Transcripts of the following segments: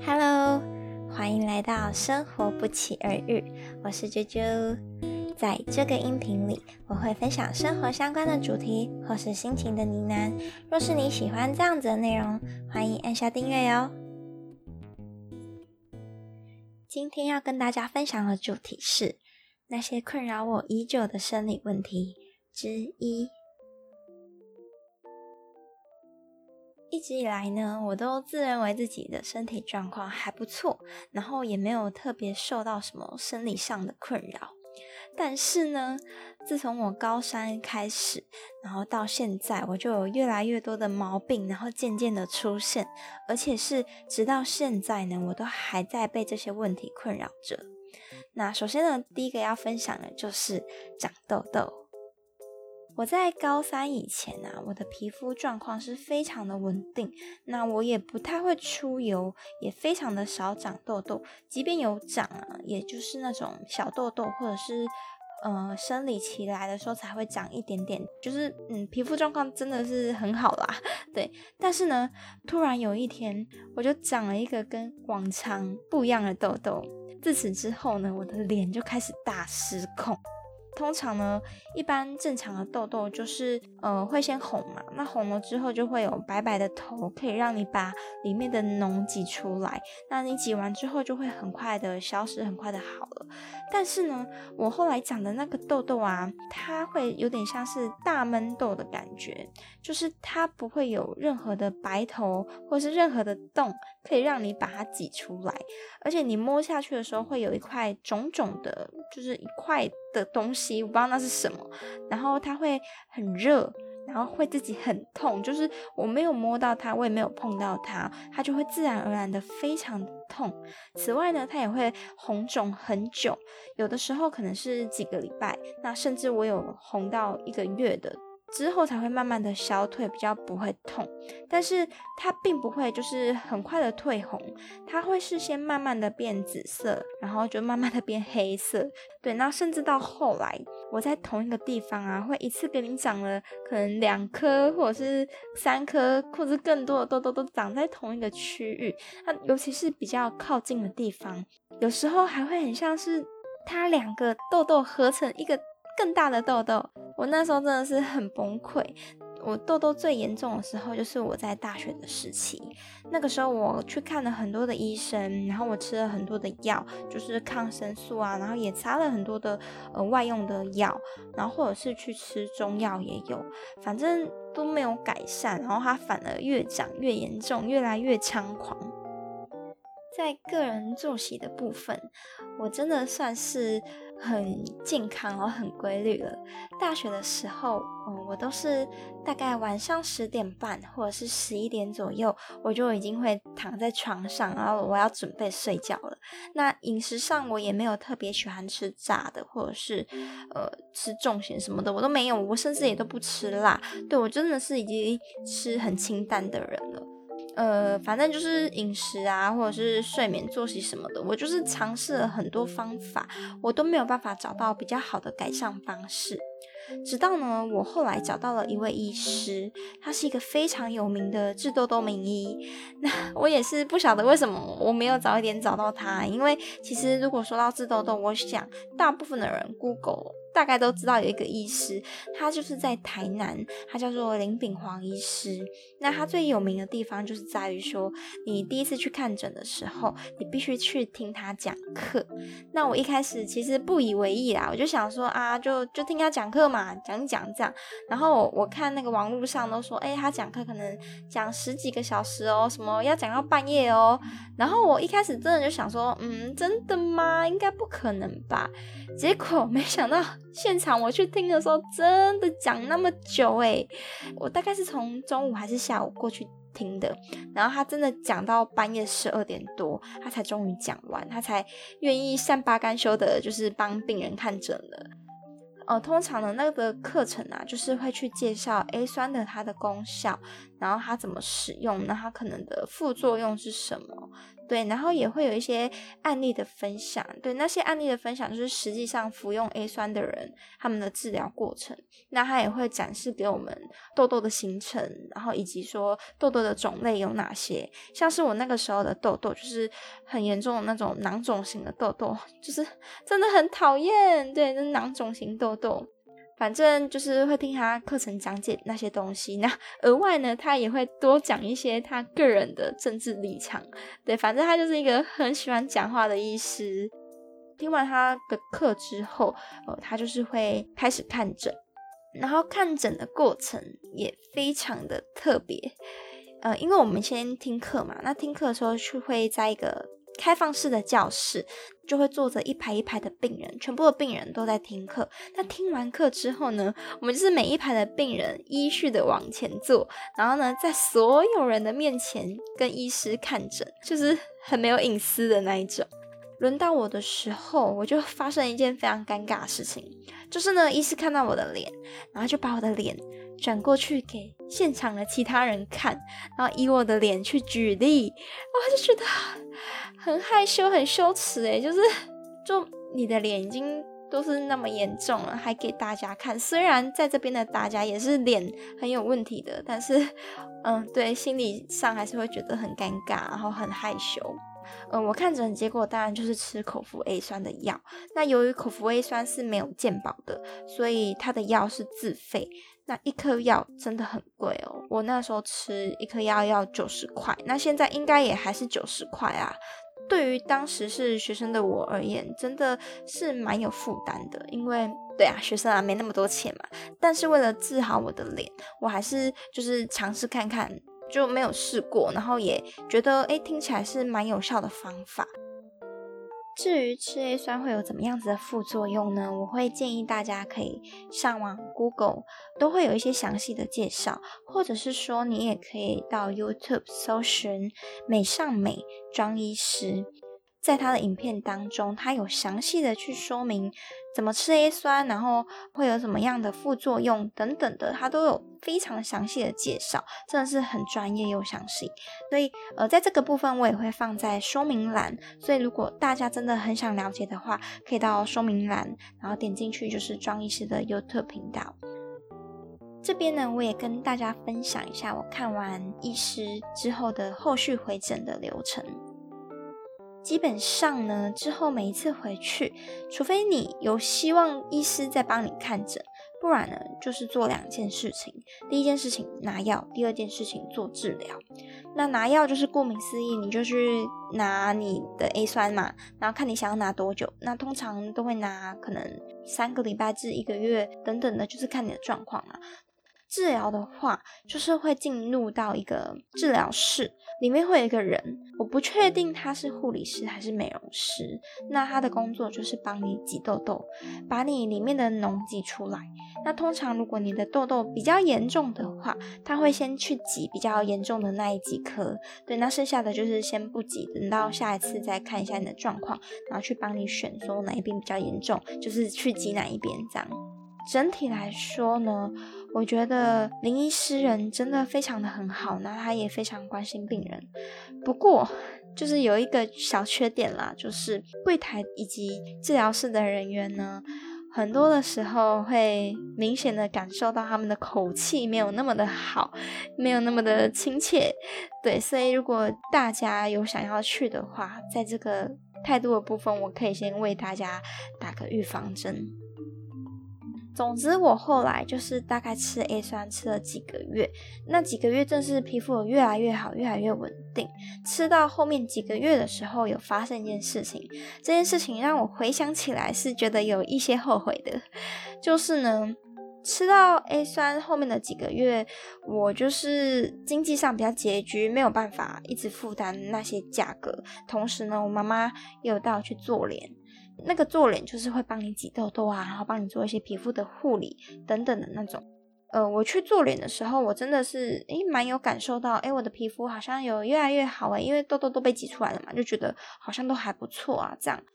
Hello， 欢迎来到生活不期而遇，我是啾啾。在这个音频里，我会分享生活相关的主题或是心情的呢喃。若是你喜欢这样子的内容，欢迎按下订阅哟。今天要跟大家分享的主题是那些困扰我已久的生理问题之一。一直以来呢，我都自认为自己的身体状况还不错，然后也没有特别受到什么生理上的困扰。但是呢，自从我高三开始，然后到现在，我就有越来越多的毛病，然后渐渐的出现，而且是直到现在呢，我都还在被这些问题困扰着。那首先呢，第一个要分享的就是长痘痘。我在高三以前啊，我的皮肤状况是非常的稳定，那我也不太会出油，也非常的少长痘痘，即便有长啊，也就是那种小痘痘，或者是生理期来的时候才会长一点点，就是皮肤状况真的是很好啦，对。但是呢，突然有一天，我就长了一个跟往常不一样的痘痘，自此之后呢，我的脸就开始大失控。通常呢，一般正常的痘痘就是会先红嘛，那红了之后就会有白白的头，可以让你把里面的脓挤出来。那你挤完之后就会很快的消失，很快的好了。但是呢，我后来长的那个痘痘啊，它会有点像是大闷痘的感觉，就是它不会有任何的白头或是任何的洞可以让你把它挤出来，而且你摸下去的时候会有一块肿肿的，就是一块的东西，我不知道那是什么，然后它会很热，然后会自己很痛，就是我没有摸到它，我也没有碰到它，它就会自然而然的非常的痛。此外呢，它也会红肿很久，有的时候可能是几个礼拜，那甚至我有红到1个月的，之后才会慢慢的消退，比较不会痛。但是它并不会就是很快的退红，它会是先慢慢的变紫色，然后就慢慢的变黑色。对，那甚至到后来，我在同一个地方啊，会一次给你长了可能2颗或者是3颗，或者是更多的痘痘都长在同一个区域。那尤其是比较靠近的地方，有时候还会很像是它2个痘痘合成一个更大的痘痘。我那时候真的是很崩溃。我痘痘最严重的时候就是我在大学的时期，那个时候我去看了很多的医生，然后我吃了很多的药，就是抗生素啊，然后也擦了很多的外用的药，然后或者是去吃中药也有，反正都没有改善，然后它反而越长越严重，越来越猖狂。在个人作息的部分，我真的算是很健康然后很规律了。大学的时候，我都是大概晚上10点半或者是11点左右，我就已经会躺在床上，然后我要准备睡觉了。那饮食上我也没有特别喜欢吃炸的，或者是吃重咸什么的，我都没有，我甚至也都不吃辣。对，我真的是已经吃很清淡的人了。反正就是饮食啊，或者是睡眠作息什么的，我就是尝试了很多方法，我都没有办法找到比较好的改善方式。直到呢，我后来找到了一位医师，他是一个非常有名的治痘痘名医。那我也是不晓得为什么我没有早一点找到他，因为其实如果说到治痘痘，我想大部分的人 Google 大概都知道有一个医师，他就是在台南，他叫做林炳煌医师。那他最有名的地方就是在于说，你第一次去看诊的时候，你必须去听他讲课。那我一开始其实不以为意啦，我就想说啊，就听他讲课嘛，讲一讲这样。然后我看那个网络上都说，他讲课可能讲10几个小时哦，什么要讲到半夜哦。然后我一开始真的就想说，真的吗？应该不可能吧。结果没想到现场我去听的时候，真的讲那么久我大概是从中午还是下午过去听的，然后他真的讲到半夜12点多，他才终于讲完，他才愿意善罢甘休的，就是帮病人看诊了。通常的那个课程啊，就是会去介绍 A 酸的它的功效， 然后它怎么使用，那它可能的副作用是什么，对，然后也会有一些案例的分享，对，那些案例的分享就是实际上服用 A 酸的人他们的治疗过程，那它也会展示给我们痘痘的形成，然后以及说痘痘的种类有哪些，像是我那个时候的痘痘就是很严重的那种囊肿型的痘痘，就是真的很讨厌，对，那囊肿型痘痘。反正就是会听他课程讲解那些东西，那额外呢他也会多讲一些他个人的政治立场，对，反正他就是一个很喜欢讲话的医师。听完他的课之后他就是会开始看诊，然后看诊的过程也非常的特别，因为我们先听课嘛，那听课的时候就会在一个开放式的教室，就会坐着一排一排的病人，全部的病人都在听课。那听完课之后呢，我们就是每一排的病人依序的往前坐，然后呢在所有人的面前跟医师看诊，就是很没有隐私的那一种。轮到我的时候，我就发生一件非常尴尬的事情，就是呢医师看到我的脸，然后就把我的脸转过去给现场的其他人看，然后以我的脸去举例，我就觉得很害羞很羞耻耶，就你的脸已经都是那么严重了，还给大家看，虽然在这边的大家也是脸很有问题的，但是对，心理上还是会觉得很尴尬，然后很害羞。我看诊结果当然就是吃口服 A 酸的药，那由于口服 A 酸是没有健保的，所以它的药是自费，那一颗药真的很贵哦，我那时候吃一颗药要90块，那现在应该也还是90块啊。对于当时是学生的我而言，真的是蛮有负担的，因为对啊，学生啊没那么多钱嘛，但是为了治好我的脸，我还是就是尝试看看，就没有试过，然后也觉得听起来是蛮有效的方法。至于吃 A 酸会有怎么样子的副作用呢？我会建议大家可以上网 Google， 都会有一些详细的介绍，或者是说你也可以到 YouTube 搜寻美尚美庄医师，在他的影片当中，他有详细的去说明怎么吃 A 酸，然后会有什么样的副作用等等的，他都有非常详细的介绍，真的是很专业又详细。所以在这个部分我也会放在说明栏，所以如果大家真的很想了解的话，可以到说明栏，然后点进去就是庄医师的 YouTube 频道。这边呢，我也跟大家分享一下我看完医师之后的后续回诊的流程。基本上呢，之后每一次回去，除非你有希望医师在帮你看诊，不然呢就是做2件事情。第一件事情拿药，第二件事情做治疗。那拿药就是顾名思义，你就去拿你的 A 酸嘛，然后看你想要拿多久，那通常都会拿可能3个礼拜至1个月等等的，就是看你的状况啦。治疗的话，就是会进入到一个治疗室，里面会有一个人，我不确定他是护理师还是美容师，那他的工作就是帮你挤痘痘，把你里面的脓挤出来。那通常如果你的痘痘比较严重的话，他会先去挤比较严重的那几颗，对，那剩下的就是先不挤，等到下一次再看一下你的状况，然后去帮你选说哪一边比较严重，就是去挤哪一边这样。整体来说呢，我觉得林医师人真的非常的很好，那他也非常关心病人。不过就是有一个小缺点啦，就是柜台以及治疗室的人员呢，很多的时候会明显的感受到他们的口气没有那么的好，没有那么的亲切。对，所以如果大家有想要去的话，在这个态度的部分，我可以先为大家打个预防针。总之我后来就是大概吃 A 酸吃了几个月，那几个月正是皮肤有越来越好，越来越稳定。吃到后面几个月的时候，有发生一件事情，这件事情让我回想起来是觉得有一些后悔的，就是呢吃到 A 酸后面的几个月，我就是经济上比较拮据，没有办法一直负担那些价格。同时呢，我妈妈也有带我去做脸，那个做脸就是会帮你挤痘痘啊，然后帮你做一些皮肤的护理等等的那种。我去做脸的时候，我真的是蛮有感受到，我的皮肤好像有越来越好因为痘痘都被挤出来了嘛，就觉得好像都还不错啊这样。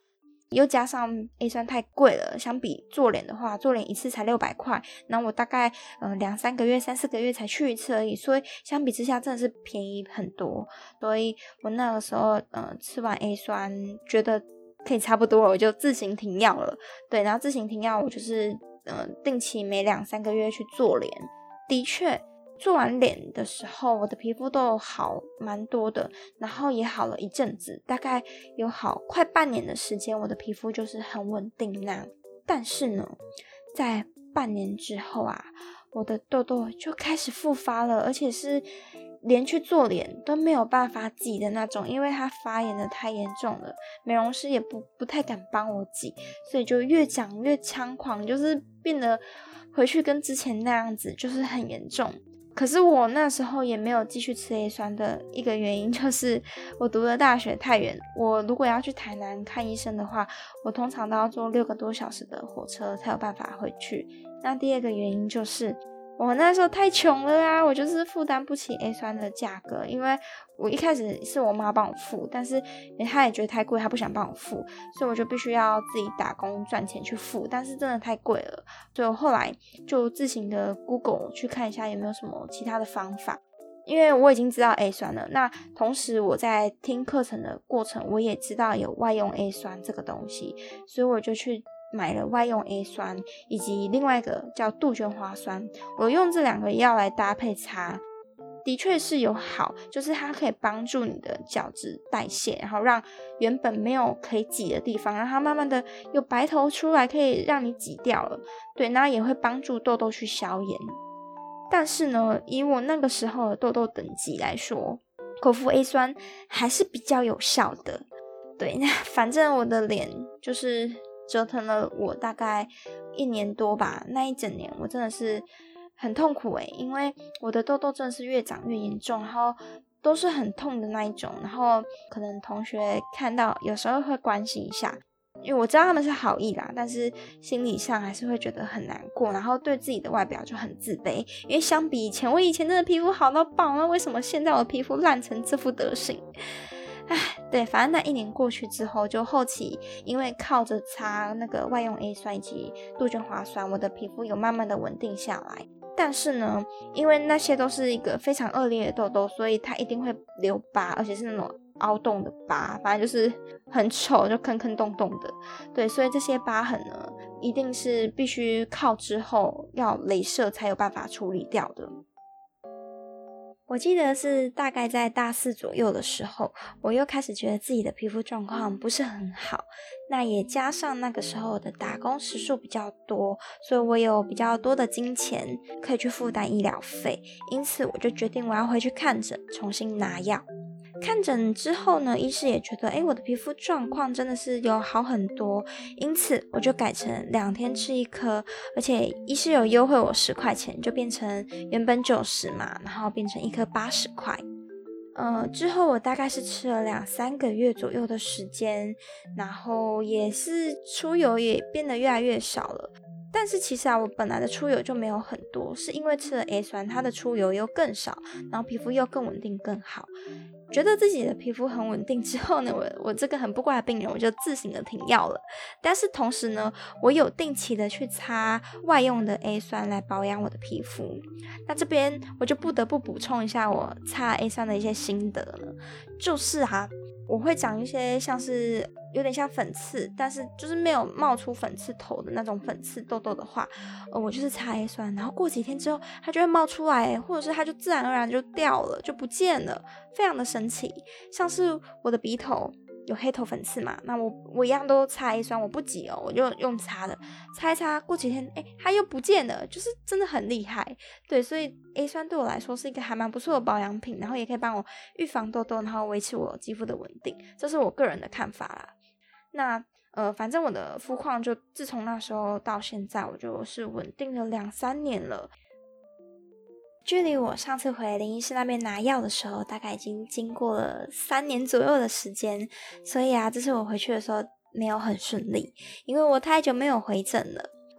又加上 A 酸太贵了，相比做脸的话，做脸一次才600块，然后我大概2-3个月、3-4个月才去一次而已，所以相比之下真的是便宜很多。所以我那个时候吃完 A 酸觉得可以差不多了，我就自行停药了。对，然后自行停药我就是定期每2-3个月去做脸。的确做完脸的时候，我的皮肤都有好蛮多的，然后也好了一阵子，大概有好快半年的时间，我的皮肤就是很稳定那。但是呢，在半年之后啊，我的痘痘就开始复发了，而且是连去做脸都没有办法挤的那种，因为它发炎的太严重了，美容师也不太敢帮我挤，所以就越长越猖狂，就是变得回去跟之前那样子，就是很严重。可是我那时候也没有继续吃 A 酸的一个原因，就是我读的大学太远，我如果要去台南看医生的话，我通常都要坐6个多小时的火车才有办法回去。那第二个原因就是我那时候太穷了啊，我就是负担不起 A 酸的价格，因为我一开始是我妈帮我付，但是她也觉得太贵，她不想帮我付，所以我就必须要自己打工赚钱去付，但是真的太贵了，所以我后来就自行的 Google 去看一下有没有什么其他的方法。因为我已经知道 A 酸了，那同时我在听课程的过程，我也知道有外用 A 酸这个东西，所以我就去买了外用 A 酸以及另外一个叫杜鹃花酸，我用这2个药来搭配擦，的确是有好，就是它可以帮助你的角质代谢，然后让原本没有可以挤的地方，让它慢慢的有白头出来，可以让你挤掉了。对，那也会帮助痘痘去消炎。但是呢，以我那个时候的痘痘等级来说，口服 A 酸还是比较有效的。对，那反正我的脸就是折腾了我大概1年多吧，那一整年我真的是很痛苦因为我的痘痘真的是越长越严重，然后都是很痛的那一种，然后可能同学看到有时候会关心一下，因为我知道他们是好意啦，但是心理上还是会觉得很难过，然后对自己的外表就很自卑，因为相比以前，我以前真的皮肤好到爆，那为什么现在我的皮肤烂成这副德行？对，反正那1年过去之后，就后期因为靠着擦那个外用 A 酸以及杜鹃花酸，我的皮肤有慢慢的稳定下来。但是呢，因为那些都是一个非常恶劣的痘痘，所以它一定会留疤，而且是那种凹洞的疤，反正就是很丑，就坑坑洞洞的。对，所以这些疤痕呢，一定是必须靠之后要雷射才有办法处理掉的。我记得是大概在大4左右的时候，我又开始觉得自己的皮肤状况不是很好，那也加上那个时候的打工时数比较多，所以我有比较多的金钱可以去负担医疗费，因此我就决定我要回去看诊，重新拿药。看诊之后呢，医师也觉得我的皮肤状况真的是有好很多，因此我就改成2天吃1颗，而且医师有优惠我10块钱，就变成原本90嘛，然后变成1颗80块。之后我大概是吃了2-3个月左右的时间，然后也是出油也变得越来越少了。但是其实我本来的出油就没有很多，是因为吃了 A 酸，它的出油又更少，然后皮肤又更稳定更好。觉得自己的皮肤很稳定之后呢，我这个很不乖的病人，我就自行的停药了。但是同时呢，我有定期的去擦外用的 A 酸来保养我的皮肤。那这边我就不得不补充一下我擦 A 酸的一些心得了，就是我会长一些像是有点像粉刺，但是就是没有冒出粉刺头的那种粉刺痘痘的话，我就是擦 A 酸，然后过几天之后它就会冒出来，或者是它就自然而然就掉了，就不见了，非常的神奇。像是我的鼻头有黑头粉刺嘛，那我一样都擦 A 酸，我不挤我就用擦的，擦一擦，过几天它又不见了，就是真的很厉害。对，所以 A 酸对我来说是一个还蛮不错的保养品，然后也可以帮我预防痘痘，然后维持我肌肤的稳定，这是我个人的看法啦。那反正我的肤况就自从那时候到现在，我就是稳定了2-3年了。距离我上次回林医师那边拿药的时候，大概已经经过了3年左右的时间，所以这次我回去的时候没有很顺利，因为我太久没有回诊了。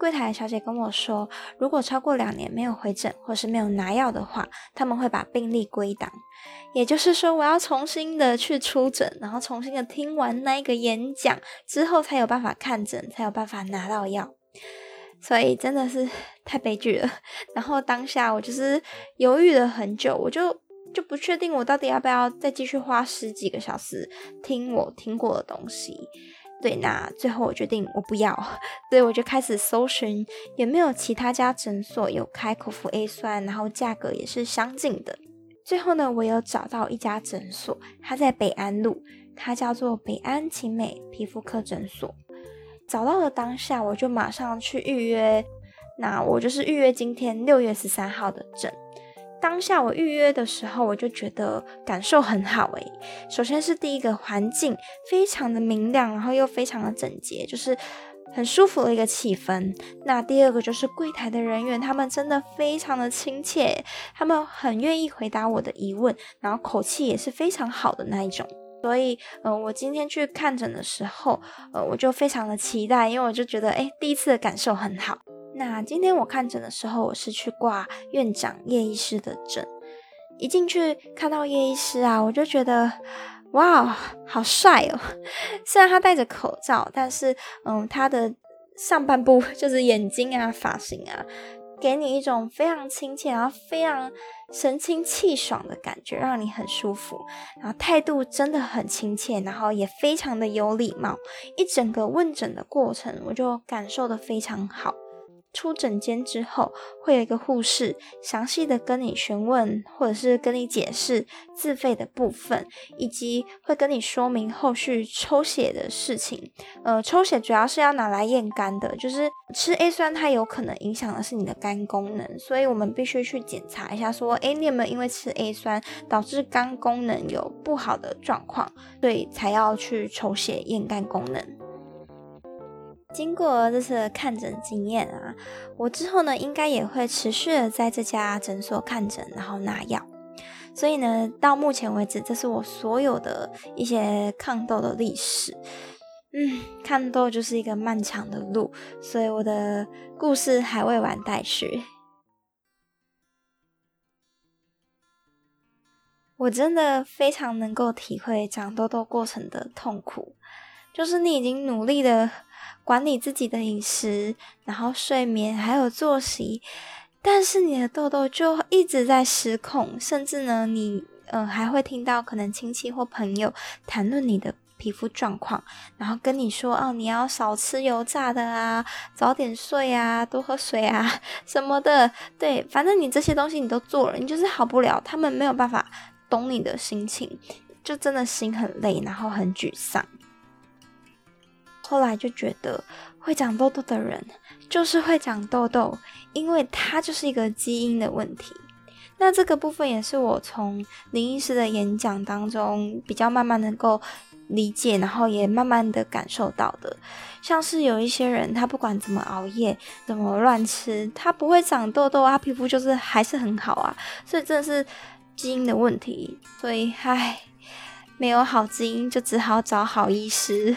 柜台小姐跟我说，如果超过2年没有回诊或是没有拿药的话，他们会把病历归档。也就是说，我要重新的去出诊，然后重新的听完那一个演讲之后，才有办法看诊，才有办法拿到药。所以真的是太悲剧了。然后当下我就是犹豫了很久，我就不确定我到底要不要再继续花10几个小时听我听过的东西。对，那最后我决定我不要，所以我就开始搜寻有没有其他家诊所有开口服 A 酸，然后价格也是相近的。最后呢，我有找到一家诊所，它在北安路，它叫做北安晴美皮肤科诊所。找到了当下，我就马上去预约，那我就是预约今天6月13号的诊。当下我预约的时候，我就觉得感受很好首先是第一个环境非常的明亮，然后又非常的整洁，就是很舒服的一个气氛。那第二个就是柜台的人员，他们真的非常的亲切，他们很愿意回答我的疑问，然后口气也是非常好的那一种。所以我今天去看诊的时候我就非常的期待，因为我就觉得第一次的感受很好。那今天我看诊的时候，我是去挂院长叶医师的诊。一进去看到叶医师啊，我就觉得哇，好帅虽然他戴着口罩，但是他的上半部就是眼睛啊、发型啊，给你一种非常亲切，然后非常神清气爽的感觉，让你很舒服。然后态度真的很亲切，然后也非常的有礼貌。一整个问诊的过程，我就感受得非常好。出诊间之后，会有一个护士详细的跟你询问，或者是跟你解释自费的部分，以及会跟你说明后续抽血的事情。抽血主要是要拿来验肝的，就是吃 A 酸它有可能影响的是你的肝功能，所以我们必须去检查一下说你有没有因为吃 A 酸导致肝功能有不好的状况，所以才要去抽血验肝功能。经过这次的看诊经验啊，我之后呢应该也会持续的在这家诊所看诊，然后拿药。所以呢，到目前为止，这是我所有的一些抗痘的历史。抗痘就是一个漫长的路，所以我的故事还未完待续。我真的非常能够体会长痘痘过程的痛苦，就是你已经努力的管理自己的饮食，然后睡眠还有作息，但是你的痘痘就一直在失控，甚至呢你还会听到可能亲戚或朋友谈论你的皮肤状况，然后跟你说你要少吃油炸的啊，早点睡啊，多喝水啊什么的。对，反正你这些东西你都做了，你就是好不了，他们没有办法懂你的心情，就真的心很累，然后很沮丧。后来就觉得会长痘痘的人就是会长痘痘，因为它就是一个基因的问题。那这个部分也是我从林医师的演讲当中比较慢慢能够理解，然后也慢慢的感受到的。像是有一些人他不管怎么熬夜怎么乱吃，他不会长痘痘，他皮肤就是还是很好啊，所以真的是基因的问题。所以没有好基因就只好找好医师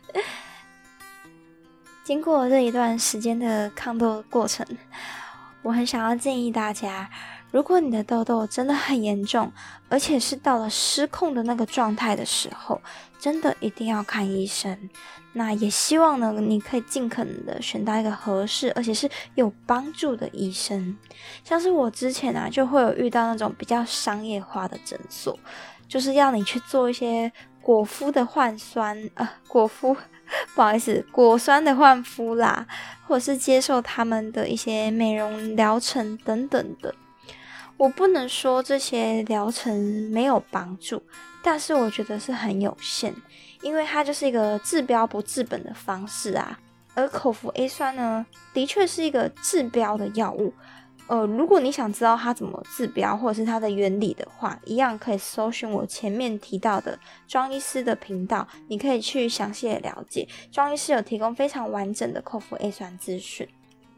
经过这一段时间的抗痘过程，我很想要建议大家，如果你的痘痘真的很严重，而且是到了失控的那个状态的时候，真的一定要看医生。那也希望呢，你可以尽可能的选到一个合适而且是有帮助的医生。像是我之前就会有遇到那种比较商业化的诊所，就是要你去做一些果肤的换酸不好意思，果酸的换肤啦，或者是接受他们的一些美容疗程等等的。我不能说这些疗程没有帮助，但是我觉得是很有限，因为它就是一个治标不治本的方式啊。而口服 A 酸呢，的确是一个治标的药物。如果你想知道它怎么治标或者是它的原理的话，一样可以搜寻我前面提到的庄医师的频道，你可以去详细的了解。庄医师有提供非常完整的口服 A 酸资讯。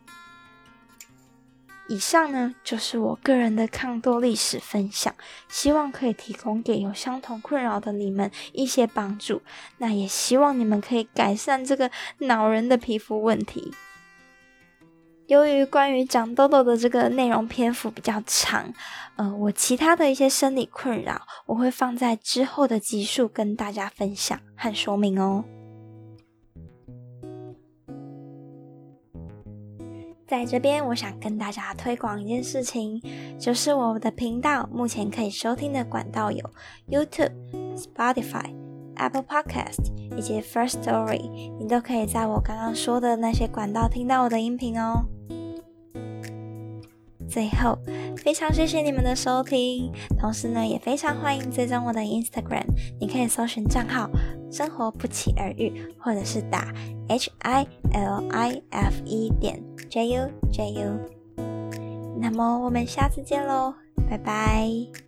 以上呢就是我个人的抗痘历史分享，希望可以提供给有相同困扰的你们一些帮助，那也希望你们可以改善这个恼人的皮肤问题。 由于关于长痘痘的这个内容篇幅比较长，我其他的一些生理困扰，我会放在之后的集数跟大家分享和说明哦。在这边我想跟大家推广一件事情，就是我的频道目前可以收听的管道有 YouTube、Spotify、Apple Podcast 以及 First Story， 你都可以在我刚刚说的那些管道听到我的音频哦。最后非常谢谢你们的收听，同时呢也非常欢迎追踪我的 Instagram， 你可以搜寻账号生活不期而遇，或者是打 HILIFE.JUJU。 那么我们下次见咯，拜拜。